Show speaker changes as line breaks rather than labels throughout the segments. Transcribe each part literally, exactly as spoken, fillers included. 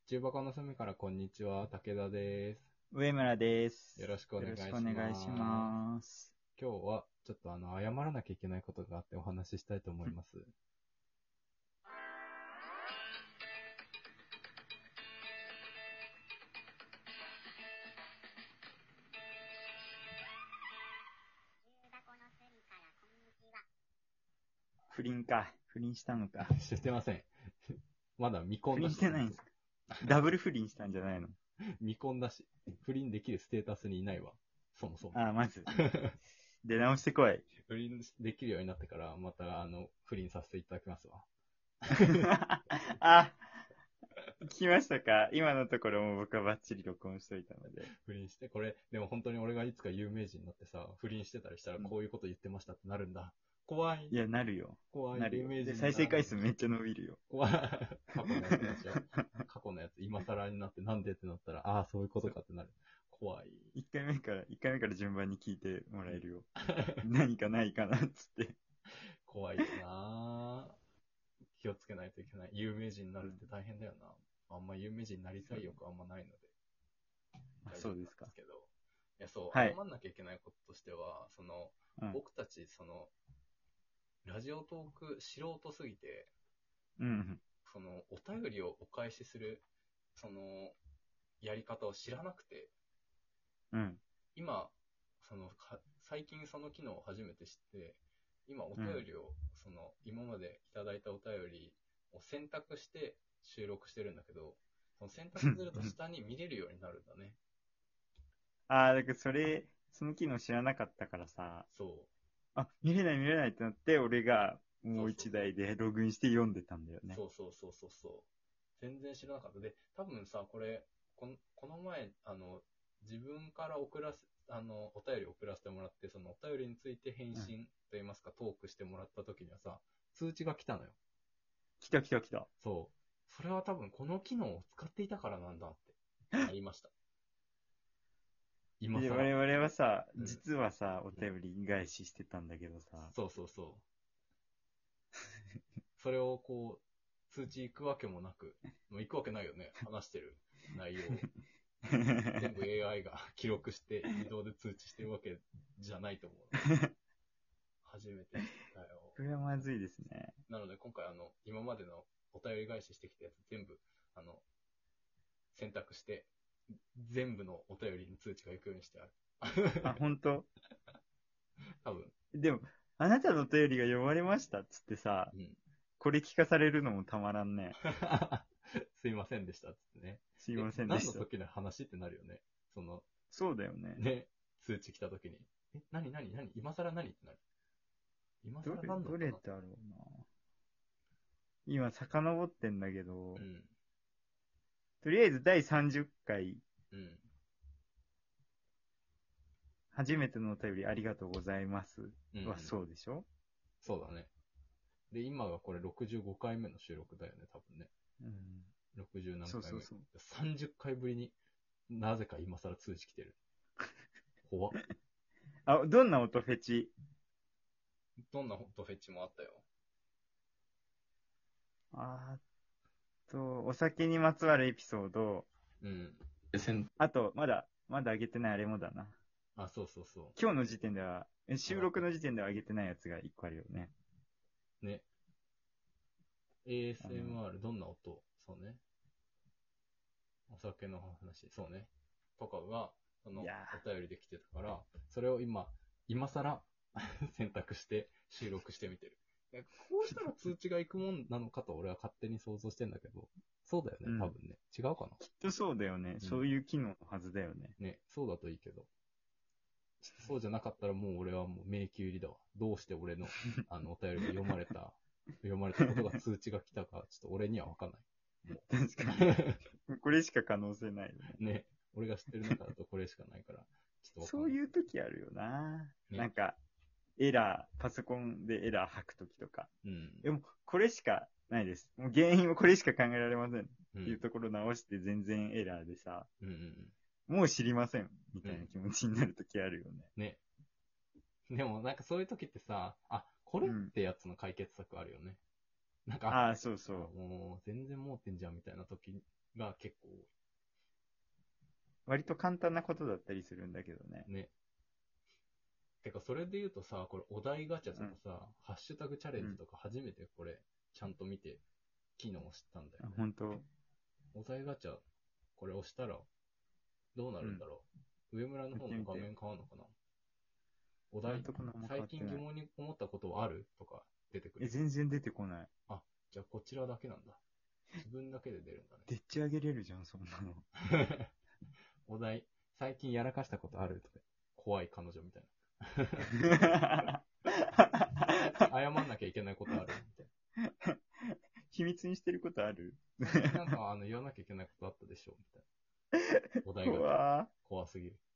中箱の隅からこんにちは、武田です。
上村です。
よろしくお願いします。
よろしくお願いします。
今日はちょっとあの謝らなきゃいけないことがあってお話ししたいと思います。
不倫か。不倫したのか。
してません。まだ未婚
不倫
だし。
してないんですか？ダブル不倫したんじゃないの？
未婚だし、不倫できるステータスにいないわ。そもそも。
ああ、まず。出直してこい。
不倫できるようになってから、またあの、不倫させていただきますわ。
あ、来ましたか。今のところも僕はバッチリ録音しといたので。
不倫して、これ、でも本当に俺がいつか有名人になってさ、不倫してたりしたらこういうこと言ってましたってなるんだ。怖い。
いや、なるよ。
怖い。
なるよ。で、
有名人
再生回数めっちゃ伸びるよ。
怖い。過去のやつでしょ。過去のやつ、今更になってなんでってなったら、ああ、そういうことかってなる。怖い。
一回目から、一回目から順番に聞いてもらえるよ。何かないかなっつって。
怖いよな。気をつけないといけない。有名人になるって大変だよな。あんま有名人になりたい欲あんまないので。
あ、そうですか。
けど。いや、そう、
はい。
謝んなきゃいけないこととしては、その、
うん。
僕たち、その、ラジオトーク素人すぎて、
うん。
その、お便りをお返しする、その、やり方を知らなくて、
うん。
今、その、最近その機能を初めて知って、今お便りを、うん、その、今までいただいたお便りを選択して収録してるんだけど、その選択すると下に見れるようになるんだね。
ああ、だからそれ、その機能知らなかったからさ、
そう。
あ、見れない見れないってなって、俺がもう一台でログインして読んでたんだよね。
そうそうそうそうそう。全然知らなかった。で、多分さ、これ、このこの前、あの、自分から送らせ、あの、お便り送らせてもらって、そのお便りについて返信と言いますか、うん、トークしてもらった時にはさ、通知が来たのよ。
来た来た来た。
そう。それは多分この機能を使っていたからなんだってなりました。今更。
我々はさ、うん、実はさ、お便り返ししてたんだけどさ。
そうそうそう。それをこう、通知行くわけもなく、もう行くわけないよね。話してる内容を。全部 エーアイ が記録して自動で通知してるわけじゃないと思う。初めて知ったよ。
これはまずいですね。
なので今回あの、今までのお便り返ししてきたやつ全部、あの、選択して、全部のお便りに通知が行くようにしてある。
あ、本当？
多分。
でも、あなたのお便りが読まれましたっつってさ、うん、これ聞かされるのもたまらんね。
すいませんでしたっつってね。
すいませんでした。
何の時の話ってなるよね。その、
そうだよね。
ね、通知来た時に。え、何何何今更何ってなる。今更何だったの？
どれ、どれだろうな。今、遡ってんだけど、うん、とりあえずだいさんじゅっかい、うん、初めてのお便りありがとうございますはそうでしょ、うんうん、
そうだね。で、今がこれろくじゅうごかいめの収録だよね、多分ね。うん。ろくじゅう何回目。そうそうそう。さんじゅっかいぶりになぜか今更通知来てる。怖っ。
あ、どんな音フェチ？
どんな音フェチもあったよ。
あと、お酒にまつわるエピソード。うん。あと、まだ、まだ上げてないあれもだな。
あ、そうそうそう。
今日の時点では、収録の時点では上げてないやつがいっこあるよね。
ね。エーエスエムアール どんな音？そうね。お酒の話、そうね。とかが、その、お便りできてたから、それを今、今更選択して収録してみてる。こうしたら通知が行くもんなのかと俺は勝手に想像してんだけど、そうだよね、多分ね。うん、違うかな。
きっとそうだよね、うん。そういう機能のはずだよね。
ね、そうだといいけど。そうじゃなかったらもう俺はもう迷宮入りだわ。どうして俺のあのお便りが読まれた、読まれたことが通知が来たか、ちょっと俺には分かんない。
もう確かに。これしか可能性ないよね。
ね。俺が知ってる中だとこれしかないから、
ちょっとそういう時あるよな、ね。なんか、エラー、パソコンでエラー吐く時とか。うん。でも、これしかないです。もう原因はこれしか考えられません。っていうところ直して全然エラーでさ。うんうんうん、もう知りません。みたいな気持ちになる時あるよね。
うん、ね。でもなんかそういう時ってさ、あ、これってやつの解決策あるよね。 なんか、
ああ、そうそう。
もう全然盲点じゃんみたいな時が結構多い。
割と簡単なことだったりするんだけどね。
ね。てか、それで言うとさ、これお題ガチャとかさ、うん、ハッシュタグチャレンジとか初めてこれ、ちゃんと見て、機能を知ったんだよね。
本当。
お題ガチャ、これ押したら、どうなるんだろう。うん、上村の方の画面変わるのかな。お題、最近疑問に思ったことはあるとか出てくる。
え、全然出てこない。
あ、じゃあこちらだけなんだ。自分だけで出るんだね。
でっち上げれるじゃん、そんなの。
お題、最近やらかしたことあるとか、怖い彼女みたいな。謝んなきゃいけないことあるみたいな。
秘密にしてることある
なんか、あの、言わなきゃいけないことあったでしょみたいな。お題が怖すぎる。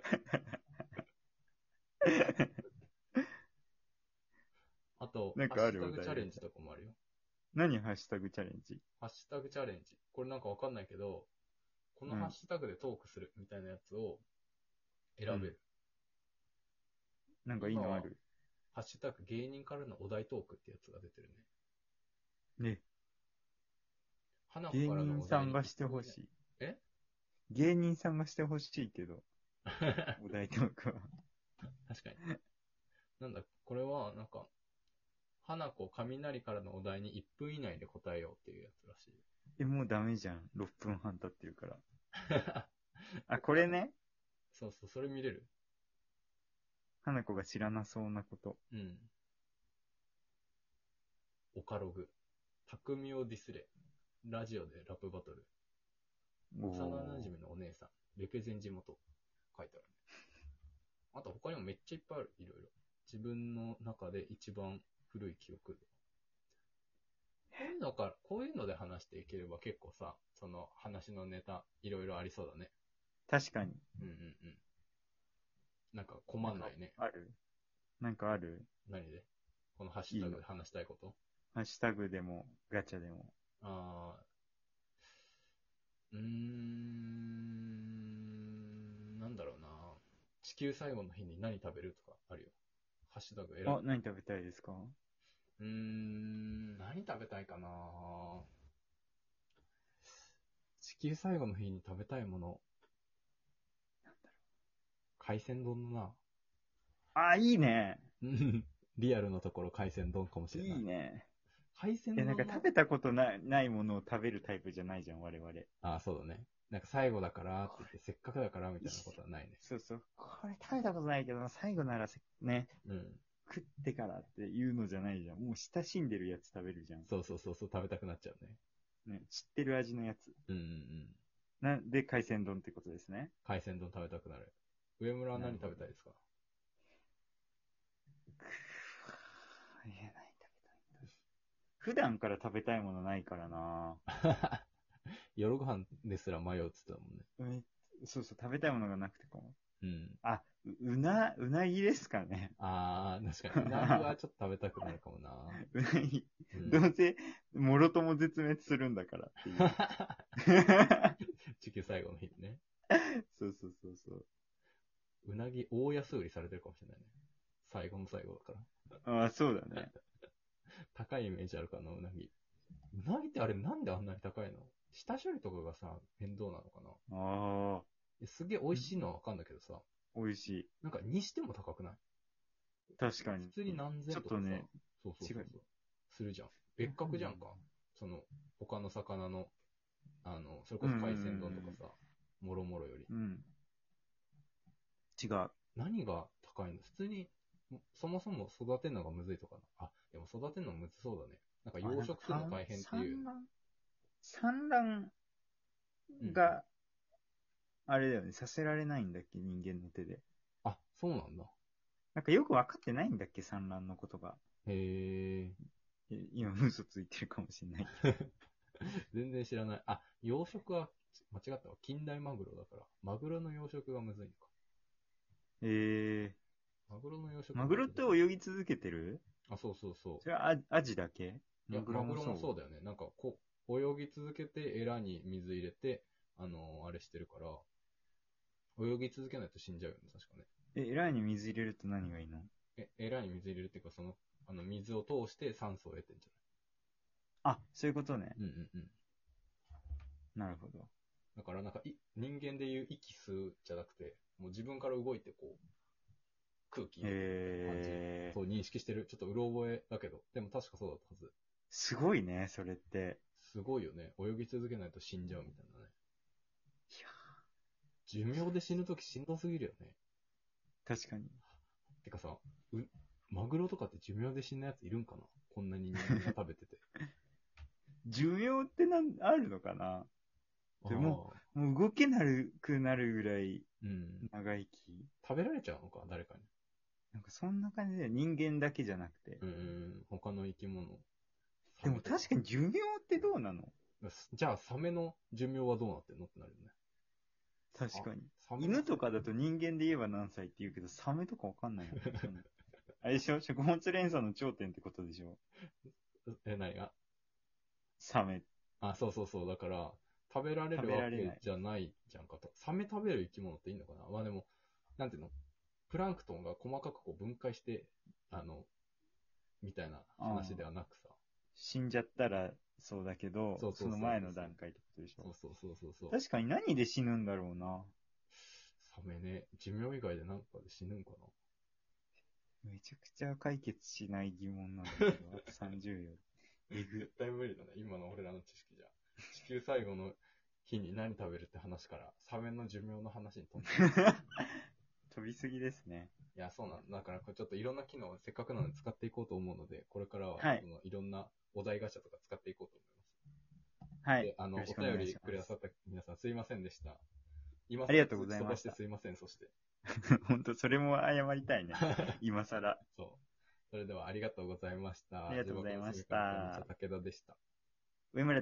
あと、ハッシュタグチャレンジとかもあるよ。
何ハッシュタグチャレンジ？
ハッシュタグチャレンジ。これなんかわかんないけど、このハッシュタグでトークするみたいなやつを選べる。
うん、なんかいいのある？
ハッシュタグ芸人からのお題トークってやつが出てる
ね。ね。
花
子からのお題芸人さんがしてほしい。
え
芸人さんがしてほしいけど。お題トークは。
確かに。なんだ、これはなんか、花子雷からのお題にいっぷん以内で答えようっていうやつらしい。
え、もうダメじゃん。ろっぷんはん経ってるから。あ、これね。
そうそう、それ見れる。
花子が知らなそうなこと。
うん。オカログ。匠をディスレ。ラジオでラップバトル。幼馴染のお姉さん。レペゼン地元。書いてあるね。あと他にもめっちゃいっぱいある。いろいろ。自分の中で一番古い記憶。こういうのから、こういうので話していければ結構さ、その話のネタ、いろいろありそうだね。
確かに。
うんうんうん。なんか困んないね。
ある？なんかある？
何で？このハッシュタグで話したいこと？
ハッシュタグでも、ガチャでも。
あー、うーん、なんだろうな。地球最後の日に何食べるとかあるよ。ハッシュタグ選ぶ。
あ、何食べたいですか？
うーん、何食べたいかな。地球最後の日に食べたいもの。なんだろう。海鮮丼のな。
あ、いいね。
リアルのところ海鮮丼かもしれない。
いいね。
海鮮丼
の。なんか食べたことないないものを食べるタイプじゃないじゃん、我々。
ああ、そうだね。なんか最後だからって言って、せっかくだからみたいなことはないね。
そうそう。これ食べたことないけど、最後ならね、うん、食ってからっていうのじゃないじゃん。もう親しんでるやつ食べるじゃん。
そうそうそうそう、食べたくなっちゃうね。
ね、知ってる味のやつ。
うんうんうん。
なんで海鮮丼ってことですね。
海鮮丼食べたくなる。上村は何食べたいですか？
えー、何食べたいんだ。普段から食べたいものないからな
夜ご飯ですら迷うって言ってたもんね。
そうそう、食べたいものがなくてかも。
うん。
あ、う、うな、うなぎですかね。
あー、確かに。うなぎはちょっと食べたくなるかもな。
うなぎ、
うん、
どうせ、もろとも絶滅するんだからっていう。
地球最後の日にね。
そうそうそうそう。
うなぎ大安売りされてるかもしれないね。最後の最後だから。
ああ、そうだね。
高いイメージあるかな、うなぎ。うなぎってあれなんであんなに高いの？下処理とかがさ、面倒なのかな？ああ。すげえ美味しいのはわかんだけどさ。
美味しい。
なんかにしても高くない？
確かに。
普通に何千とかさ。ちょっとね、そうそうそうそう。するじゃん。別格じゃんか。その、他の魚の、あの、それこそ海鮮丼とかさ、もろもろより。
うん。違う。
何が高いの？普通に、そもそも育てるのがむずいとかな。あ、でも育てるのむずそうだね。なんか養殖するの大変っていう。
産卵が、あれだよね、させられないんだっけ、人間の手で。
あ、そうなんだ。
なんかよく分かってないんだっけ、産卵のことが。
へ
え。今、嘘ついてるかもしれない
けど。全然知らない。あ、養殖は、間違ったわ。近代マグロだから。マグロの養殖がむずいのか。
へえ。
マグロの養殖
マグロって泳ぎ続けてる？
あ、そうそうそう。
それはアアジだけ？
いや、マグロもそうだよね。なんかこう、泳ぎ続けて、エラに水入れて、あのー、あれしてるから、泳ぎ続けないと死んじゃうよね、確かね。
え、エラに水入れると何がいいの？
え、エラに水入れるっていうか、その、あの、水を通して酸素を得てんじ
あ、そういうことね。
うんうんうん。
なるほど。
だからなんかい、人間でいう息吸うじゃなくて、もう自分から動いてこう、空気入れてるみたいな感じ、
へー。
そう認識してる。ちょっとうろ覚えだけど、でも確かそうだったはず。
すごいね、それって。
すごいよね。泳ぎ続けないと死んじゃうみたいなね。
いや
寿命で死ぬときしんどすぎるよね。
確かに。
てかさ、う、マグロとかって寿命で死ぬやついるんかな、こんなに人間が食べてて。
寿命ってなん、あるのかな。でも、もう動けなくなるぐらい
うん。
長生き。
食べられちゃうのか、誰かに。
なんかそんな感じで人間だけじゃなくて。
うん、他の生き物。
でも確かに寿命ってどうなの？
じゃあ、サメの寿命はどうなってんのってなるよね。
確かに。
サメ
犬とかだと人間で言えば何歳って言うけど、サメとかわかんないよ。あれでしょ？食物連鎖の頂点ってことでしょ？
え、何が？
サメ。
あ、そうそうそう。だから、食べられるわけじゃないじゃんかと。サメ食べる生き物っていいのかな。まあでも、なんていうの、プランクトンが細かくこう分解して、あの、みたいな話ではなくさ。
死んじゃったらそうだけど、
そうそうそうそう
その前の段階ってことでしょ？
そうそうそうそうそう。
確かに何で死ぬんだろうな。
サメね、寿命以外で何かで死ぬんかな。
めちゃくちゃ解決しない疑問なんだけど、あとさんじゅうよ。
えぐ。絶対無理だね、今の俺らの知識じゃ。地球最後の日に何食べるって話から、サメの寿命の話に飛んで
飛びすぎですね。
いや、そうなんだ。だから、これちょっといろんな機能をせっかくなので使っていこうと思うので、これからは、
はい
そのいろんなお題ガチャとか使っていこうと思います。
はい。
で、あの、お
よろしくお願
便
いします。
りくださった皆さんすいませんでした。今
ありがとうございました
飛ばしてすいません、そして。
本当それも謝りたいね。今更。
そう。それではありがとうございました。
ありがとうございました。
武田でした。
上村